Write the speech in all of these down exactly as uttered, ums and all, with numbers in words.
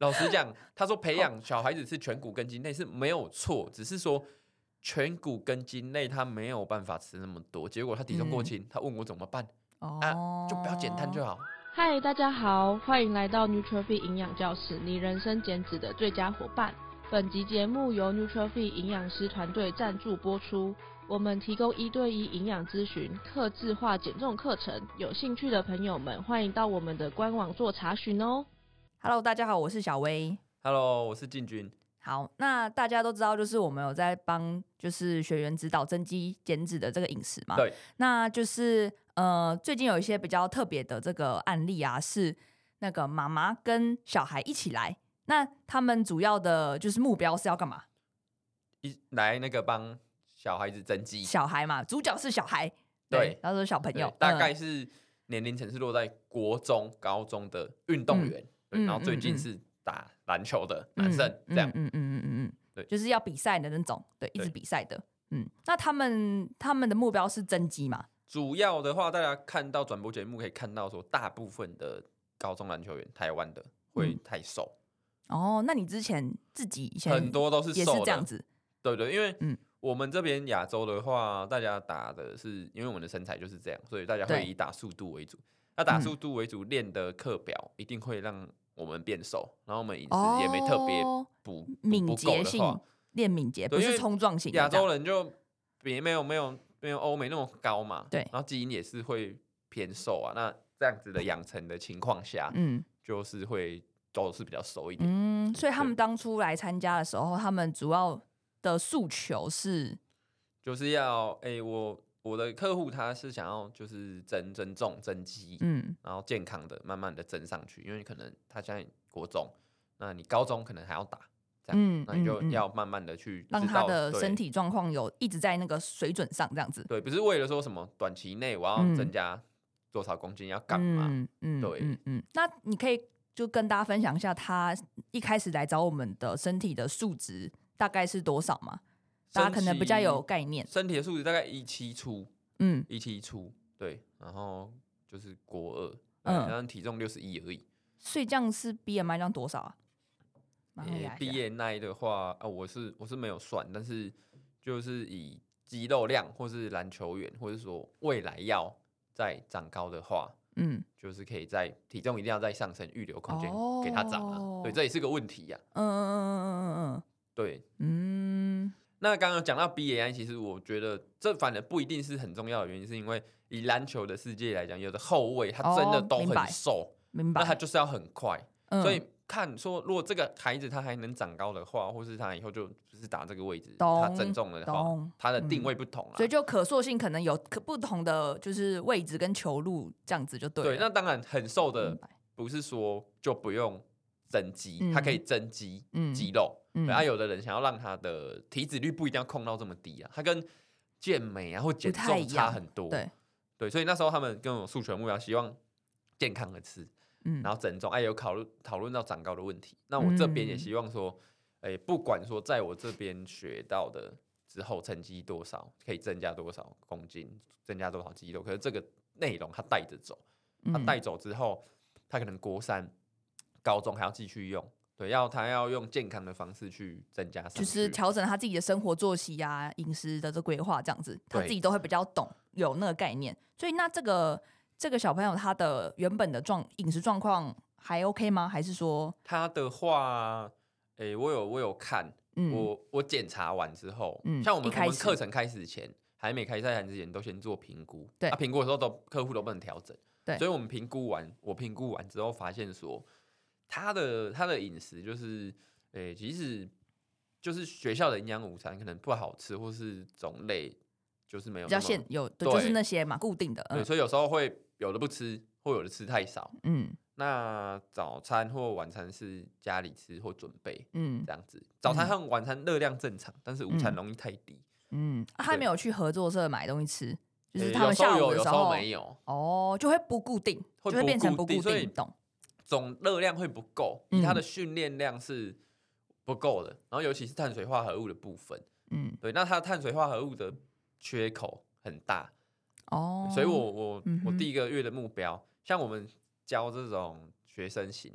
老实讲，他说培养小孩子是全谷根茎类是没有错，只是说全谷根茎类他没有办法吃那么多，结果他体重过轻，嗯、他问我怎么办？哦、啊，就不要减碳就好。 嗨，大家好，欢迎来到 Nutrify 营养教室，你人生减脂的最佳伙伴。本集节目由 Nutrify 营养师团队赞助播出。我们提供一对一营养咨询、客制化减重课程，有兴趣的朋友们欢迎到我们的官网做查询哦。 Hello， 大家好，我是小薇。 Hello， 我是进军。 好，那大家都知道，就是我们有在帮就是学员指导增肌减脂的这个饮食嘛。 对。 那就是呃，最近有一些比较特别的这个案例啊，是那个妈妈跟小孩一起来，那他们主要的就是目标是要干嘛？ 一来那个帮小孩子增肌， 小孩嘛，主角是小孩， 对， 他说小朋友， 大概是年龄层是落在国中、高中的运动员，嗯、然后最近是打篮球的男生，嗯、这样， 嗯嗯嗯嗯嗯，对，就是要比赛的那种，对，一直比赛的，嗯，那他们他们的目标是增肌嘛？ 主要的话，大家看到转播节目可以看到说，大部分的高中篮球员，台湾的会太瘦。 嗯、哦，那你之前自己以前很多都是瘦的， 也是这样子， 对对，因为嗯。我们这边亚洲的话，大家打的是，因为我们的身材就是这样，所以大家会以打速度为主。那打速度为主，练的课表一定会让我们变瘦，然后我们饮食也没特别补敏捷性，练敏捷，不是冲撞型。 亚洲人就也没有没有没有欧美那么高嘛， 对， 然后基因也是会偏瘦啊。那这样子的养成的情况下，嗯，就是会都是比较瘦一点。 嗯，所以他们当初来参加的时候，他们主要的诉求是， 就是要哎、欸，我我的客户他是想要就是增增重增肌，嗯，然后健康的慢慢的增上去，因为可能他现在国中，那你高中可能还要打，这样，嗯，那你就要慢慢的去让他的身体状况有一直在那个水准上，这样子， 对，不是为了说什么短期内我要增加多少公斤要干嘛，嗯嗯，对，嗯嗯，那你可以就跟大家分享一下，他一开始来找我们的身体的数值大概是多少吗？大家可能比较有概念。 身体的数值大概一七出，嗯，一七出，对，然后就是国二，嗯，然后体重六十一而已。 所以这样是 B M I 这样多少啊？ 欸、B M I 的话啊，我是我是没有算，但是就是以肌肉量或是篮球员，或者说未来要再长高的话，嗯，就是可以在体重一定要再上升，预留空间给他长啊。哦、对，这也是个问题呀、啊。嗯嗯嗯嗯嗯嗯，对，嗯。那刚刚讲到 B M I， 其实我觉得这反而不一定是很重要的原因，是因为以篮球的世界来讲，有的后卫他真的都很瘦， 明白？ 那他就是要很快，嗯、所以看说如果这个孩子他还能长高的话，或是他以后就不是打这个位置，他增重的话，他的定位不同了、嗯， 所以就可塑性可能有可不同的就是位置跟球路这样子就对了。 对，那当然很瘦的不是说就不用增肌，嗯、它可以增肌、嗯、肌肉。嗯，啊，有的人想要让他的体脂率不一定要控到这么低啊，他跟健美啊或减重差很多， 对对，所以那时候他们跟我诉求目标，希望健康的吃，嗯，然后增重，哎、啊，有考虑讨论到长高的问题。那我这边也希望说，哎、嗯欸，不管说在我这边学到的之后成绩多少，可以增加多少公斤，增加多少肌肉，可是这个内容他带着走，他带走之后，他可能国三、高中还要继续用。对，要他要用健康的方式去增加上去， 就是调整他自己的生活作息啊、饮食的这规划这样子，他自己都会比较懂，有那个概念。所以那这个这个小朋友他的原本的状饮食状况还 OK 吗？还是说他的话，欸、我有我有看，嗯、我我检查完之后，嗯、像我们我们课程开始前，还没开赛谈之前，都先做评估。 对， 啊，评估的时候都客户都不能调整， 对， 所以我们评估完，我评估完之后发现说。他的他的饮食就是，诶、欸，其实就是学校的营养午餐可能不好吃，或是种类就是没有比较现有，对，就是那些嘛，固定的。 嗯、对，所以有时候会有的不吃，或有的吃太少。嗯，那早餐或晚餐是家里吃或准备，嗯，这样子。早餐和晚餐热量正常，但是午餐容易太低。 嗯，啊、他没有去合作社买东西吃，就是他们下午的时候、 欸、有时候没有哦，就会不固定， 会就会变成不固定，懂？ 总热量会不够，以它的训练量是不够的，嗯、然后尤其是碳水化合物的部分，嗯，对，那它的碳水化合物的缺口很大，哦，所以我我、嗯、我第一个月的目标，像我们教这种学生型的，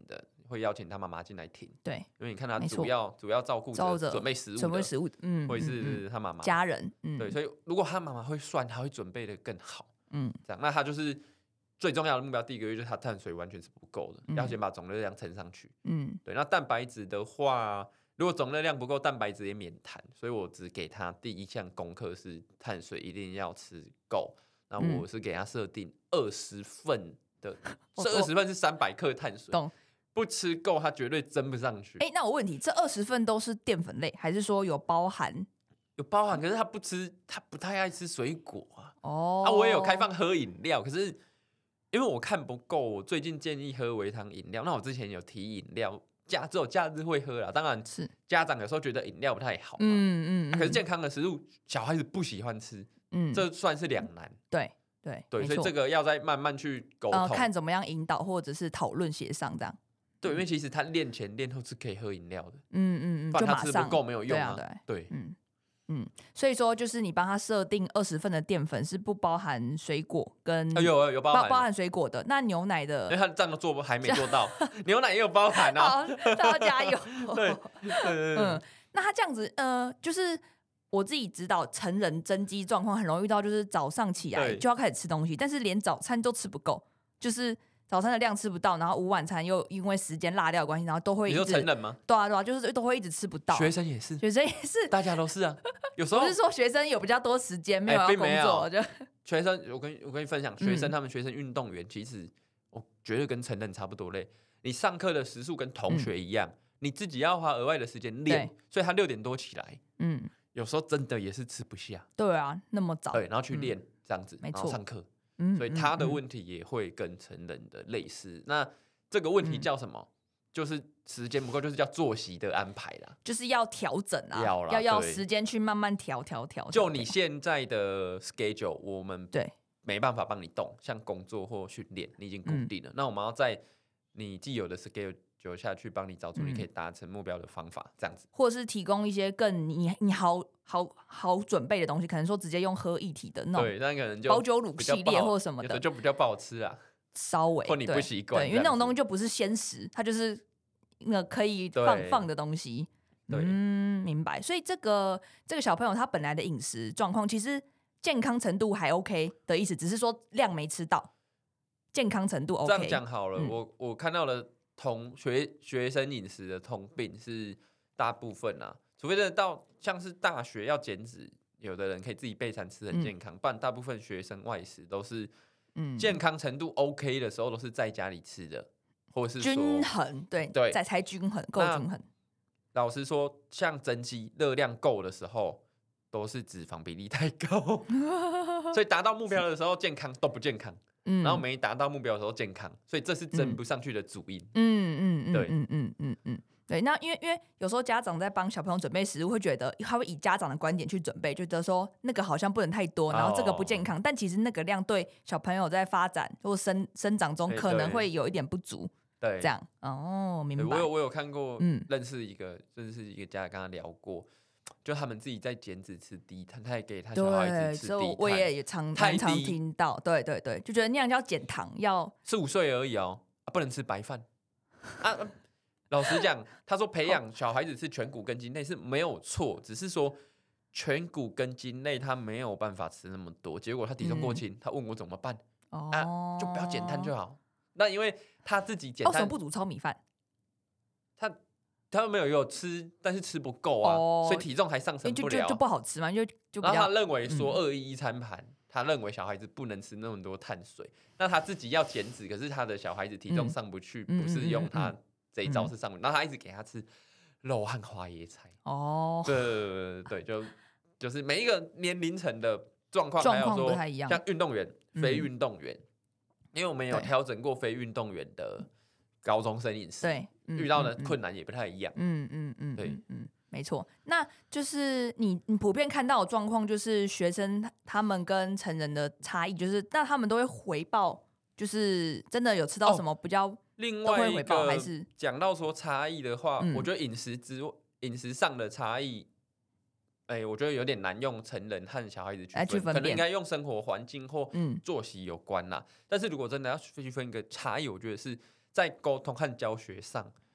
会邀请他妈妈进来听， 对， 因为你看他主要主要照顾者准备食物的， 准备食物，嗯， 会是他妈妈家人，嗯， 对，所以如果他妈妈会算，他会准备的更好， 嗯， 这样，那他就是最重要的目标，第一个月就是他碳水完全是不够的，嗯、要先把总热量乘上去，嗯，对，那蛋白质的话。如果总热量不够，蛋白质也免谈，所以我只给他第一项功课是碳水一定要吃够。那我是给他设定二十份的，这二十份是三百克碳水， 懂？ 不吃够他绝对增不上去。 哎、欸，那我问题，这二十份都是淀粉类，还是说有包含？ 有包含，可是他不吃，他不太爱吃水果啊。 哦， 啊，我也有开放喝饮料，可是因为我看不够，我最近建议喝微糖饮料。那我之前有提饮料。假只有假日会喝啦，当然是家长有时候觉得饮料不太好嘛，嗯嗯、啊，可是健康的食物小孩子不喜欢吃，嗯，这算是两难， 对对对，所以这个要再慢慢去沟通、呃， 看怎么样引导或者是讨论协商这样。 对，因为其实他练前练后是可以喝饮料的， 嗯嗯嗯， 不然他吃不够没有用啊， 对啊对， 嗯。嗯，所以说就是你帮他设定二十份的淀粉是不包含水果跟有有有包含包含水果的，那牛奶的， 因为他这样做还没做到，牛奶也有包含啊， 好，大家加油。 对，对对对， 嗯，那他这样子，呃，就是我自己知道成人增肌状况很容易遇到，就是早上起来就要开始吃东西，但是连早餐都吃不够，就是早餐的量吃不到，然后午晚餐又因为时间落掉的关系，然后都会一直。 你说成人吗？ 对啊对啊，就是都会一直吃不到。 学生也是， 学生也是， 大家都是啊。有时候不是说学生有比较多时间没有要工作， 欸、就学生，我跟我跟你分享，学生他们学生运动员、嗯、其实我觉得跟成人差不多累。你上课的时数跟同学一样，嗯、你自己要花额外的时间练，所以他六点多起来，嗯，有时候真的也是吃不下。 对啊，那么早， 对，然后去练、嗯、这样子，然后上课。嗯、所以他的问题也会跟成人的类似。嗯、那这个问题叫什么？嗯、就是时间不够，就是叫作息的安排啦， 就是要调整啊， 要要要时间去慢慢调调调。 就你现在的 schedule， 我们对没办法帮你动，像工作或训练，你已经固定了。嗯、那我们要在你既有的 schedule下去帮你找出你可以达成目标的方法，嗯、这样子， 或者是提供一些更你你好好好准备的东西，可能说直接用喝一体的那种， 对，那可能就保酒乳系列或什么的， 就比较不好吃啦， 稍微或你不习惯， 对，因为那种东西就不是鲜食，它就是那可以放放的东西。 对， 嗯，明白。所以这个这个小朋友他本来的饮食状况其实健康程度还 OK 的意思，只是说量没吃到，健康程度 OK。 这样讲好了，嗯、我我看到了同学学生饮食的通病是大部分啊，除非真的到像是大学要减脂，有的人可以自己备餐吃很健康，嗯、不然大部分学生外食都是，健康程度 OK 的时候都是在家里吃的，或者是说均衡，对对，才才均衡，够均衡。 老实说，像增肌热量够的时候，都是脂肪比例太高，所以达到目标的时候健康都不健康，嗯、然后没达到目标的时候健康，所以这是增不上去的主因。 嗯嗯嗯， 对， 嗯嗯嗯嗯，对。那因为因为有时候家长在帮小朋友准备食物，会觉得他会以家长的观点去准备，觉得说那个好像不能太多，然后这个不健康，哦、但其实那个量对小朋友在发展或生生长中可能会有一点不足。 对， 这样哦，明白。 我有我有看过，嗯，认识一个认识一个家长跟他聊过，就他们自己在减脂吃低碳，他也给他小孩子吃低碳， 我也常常常听到，对对对，就觉得那样叫减糖，要十五岁而已哦，啊，不能吃白饭啊。老实讲，他说培养小孩子吃全谷根茎类是没有错，只是说全谷根茎类他没有办法吃那么多，结果他体重过轻，嗯、他问我怎么办，哦、啊，就不要减碳就好。那因为他自己减碳， 为什么不煮糙米饭？ 他他没有有吃，但是吃不够啊，哦、所以体重还上升不了， 就 就, 就不好吃嘛，就就比较。 然后他认为说二一一餐盘，嗯、他认为小孩子不能吃那么多碳水，那他自己要减脂，可是他的小孩子体重上不去，嗯、不是用他这一招是上不去，然后他一直给他吃肉和花椰菜。哦，对对对对，就就是每一个年龄层的状况，还有说像运动员、嗯、非运动员。因为我们有调整过非运动员的高中生饮食， 对， 嗯、遇到的困难也不太一样。 嗯嗯嗯， 对， 嗯嗯，没错。那就是你你普遍看到的状况，就是学生他们跟成人的差异，就是那他们都会回报，就是真的有吃到什么比较， 另外一个还是讲到说差异的话，嗯、我觉得饮食之饮食上的差异。哎、欸，我觉得有点难用成人和小孩子去 分, 去分可能应该用生活环境或作息有关啦。嗯、但是如果真的要去分一个差异，我觉得是在沟通和教学上，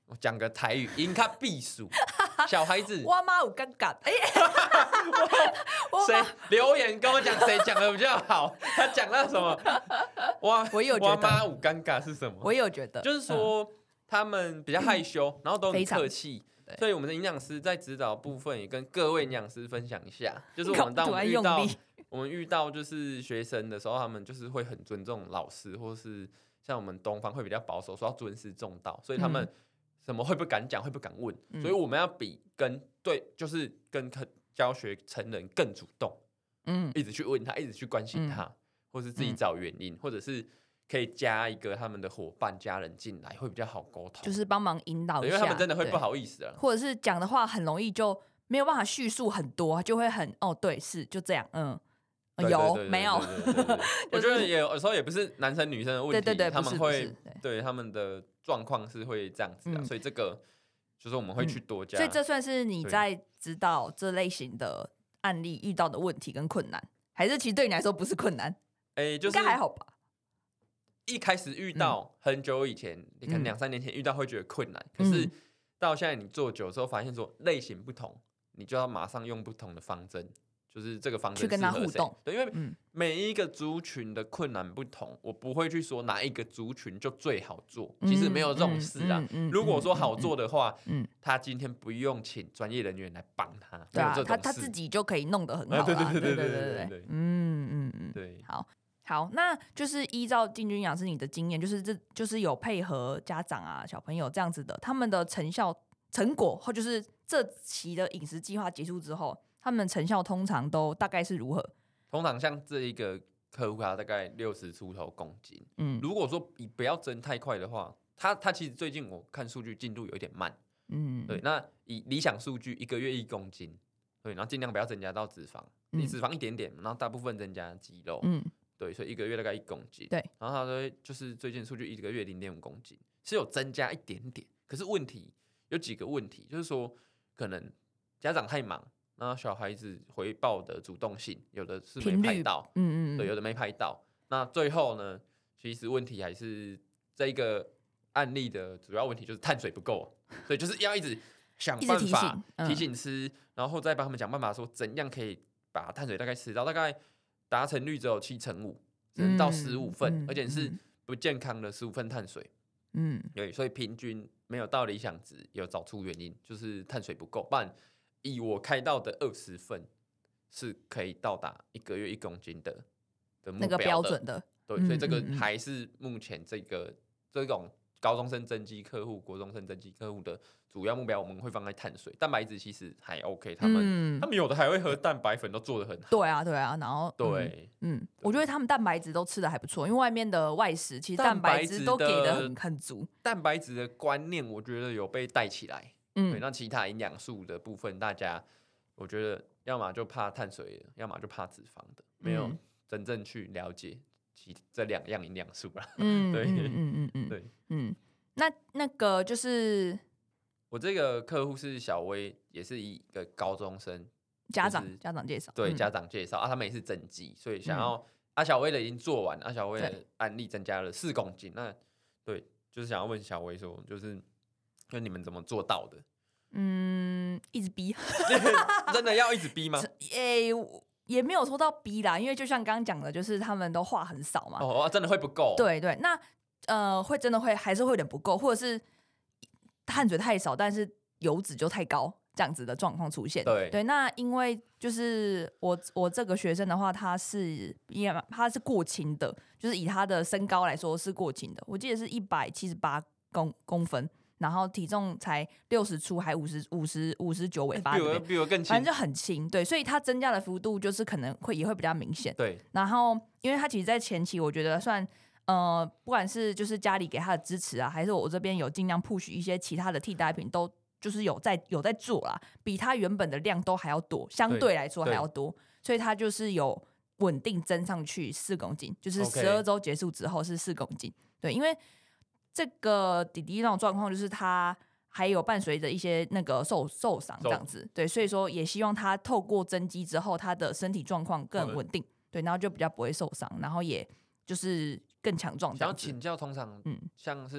我讲个台语，因卡避暑，小孩子， 我妈有尴尬，哎、 欸，谁留言跟我讲谁讲的比较好？他讲到什么？哇， 我有觉得， 我妈有尴尬是什么？ 我有觉得， 就是说、嗯、他们比较害羞，嗯、然后都很客气，所以我们的营养师在指导部分也跟各位营养师分享一下，就是我们当我们遇到我们遇到就是学生的时候，他们就是会很尊重老师，或是像我们东方会比较保守，说要尊师重道，所以他们、嗯。什么会不敢讲，会不敢问、嗯，所以我们要比跟对，就是跟教学成人更主动，嗯，一直去问他，一直去关心他，嗯、或是自己找原因、嗯，或者是可以加一个他们的伙伴、家人进来，会比较好沟通， 就是帮忙引导一下， 因为他们真的会不好意思啊， 或者是讲的话很容易就没有办法叙述很多，就会很哦，对，是就这样，嗯。有没有？ 我觉得也有时候也不是男生女生的问题， 对对对， 他们会对他们的状况是会这样子的、啊嗯，所以这个就是我们会去多加、嗯。 所以这算是你在指导这类型的案例遇到的问题跟困难，还是其实对你来说不是困难？ 哎、欸，就是应该还好吧。 一开始遇到、嗯、很久以前，你看两三年前遇到会觉得困难、嗯，可是到现在你做久之后，发现说类型不同，你就要马上用不同的方针。就是这个方针去跟他互动， 对，因为每一个族群的困难不同，我不会去说哪一个族群就最好做，其实没有这种事啊。如果说好做的话，他今天不用请专业人员来帮他， 对啊，他他自己就可以弄得很好啦。对对对对对对对，嗯嗯嗯， 对， 好。好，那就是依照进军营养师你的经验，就是这就是有配合家长啊、小朋友这样子的，他们的成效成果，或就是这期的饮食计划结束之后。他们成效通常都大概是如何？ 通常像这一个客户，他大概六十出头公斤。嗯，如果说你不要增太快的话，他他其实最近我看数据进度有一点慢。嗯，对。那以理想数据，一个月一公斤，对，然后尽量不要增加到脂肪，你、嗯、脂肪一点点，然后大部分增加肌肉。嗯，对，所以一个月大概一公斤。 对， 然后他说就是最近数据一个月零点五公斤，是有增加一点点，可是问题有几个问题，就是说可能家长太忙。那小孩子回报的主动性，有的是没拍到，嗯嗯，对，有的没拍到。那最后呢，其实问题还是这一个案例的主要问题就是碳水不够，所以就是要一直想办法 提 醒,、嗯、提醒吃，然后再帮他们想办法说怎样可以把碳水大概吃到大概达成率只有七成五，只能到十五份、嗯，而且是不健康的十五份碳水。嗯，对，所以平均没有到理想值，有找出原因，就是碳水不够，不然。以我开到的二十份是可以到达一个月一公斤的的目标的，那个标准的， 对，所以这个还是目前这个这种高中生增肌客户、国中生增肌客户的主要目标，我们会放在碳水、蛋白质，其实还 OK， 他们、嗯、他们有的还会喝蛋白粉，都做得很好。 对啊，对啊，然后对， 嗯，嗯我觉得他们蛋白质都吃得还不错，因为外面的外食其实蛋白质都给得很很足， 蛋白质的观念我觉得有被带起来。嗯，对，那其他营养素的部分，大家我觉得要么就怕碳水的，要么就怕脂肪的，没有真正去了解其这两样营养素啦。嗯，对，嗯嗯嗯嗯，对， 嗯，那那个就是我这个客户是小薇，也是一个高中生， 家长、就是、家长介绍， 对、嗯、家长介绍啊，他们也是增肌，所以想要、嗯、啊小薇的已经做完，啊小薇的案例增加了四公斤，那对，就是想要问小薇说，就是那你们怎么做到的？ 嗯，一直逼， 真的要一直逼吗？ 诶、欸，也没有说到逼啦，因为就像刚刚讲的，就是他们都话很少嘛。 哦，真的会不够。 对对，那呃，会真的会还是会有点不够，或者是碳水太少，但是油脂就太高，这样子的状况出现。 对对，那因为就是我我这个学生的话，他是他是过轻的，就是以他的身高来说是过轻的，我记得是一百七十八公公分。然后体重才六十出，还五十五十五十九尾巴， 比我比我更轻， 反正就很轻，对，所以它增加的幅度就是可能会也会比较明显， 对。 然后因为他其实，在前期我觉得算呃，不管是就是家里给他的支持啊，还是我这边有尽量 push 一些其他的替代品，都就是有在有在做啦，比他原本的量都还要多，相对来说还要多，所以他就是有稳定增上去四公斤，就是十二周结束之后是四公斤，对，因为。这个弟弟那种状况，就是他还有伴随着一些那个受受伤这样子，对，所以说也希望他透过增肌之后，他的身体状况更稳定，对，然后就比较不会受伤，然后也就是更强壮。 想要请教，通常嗯，像是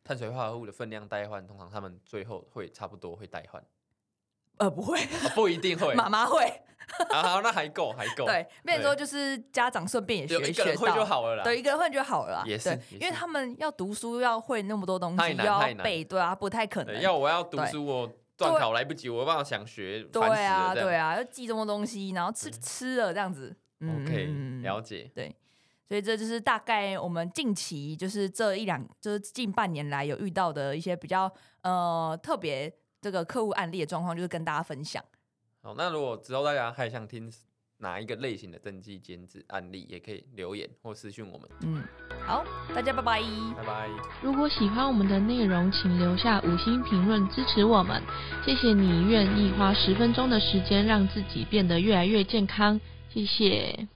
碳水化合物的分量代换，通常他们最后会差不多会代换。 呃，不会， 哦、不一定会， 妈妈会。 啊，好，那还够，还够。 对，变成说就是家长顺便也学一个人会就好了啦。 对，一个人会就好了啦。 也是， 对，因为他们要读书要会那么多东西， 要背，对啊，不太可能。 要我要读书，我段考来不及，我有办法想学， 对啊，对啊，要记这么多东西，然后吃吃了这样子。 OK， 了解。 对。所以这就是大概我们近期就是这一两就是近半年来有遇到的一些比较呃特别这个客户案例的状况，就是跟大家分享。 好，那如果之后大家还想听哪一个类型的登记兼职案例，也可以留言或私讯我们。 嗯，好，大家拜拜， 拜拜。 如果喜欢我们的内容，请留下五星评论支持我们。谢谢你愿意花十分钟的时间让自己变得越来越健康，谢谢。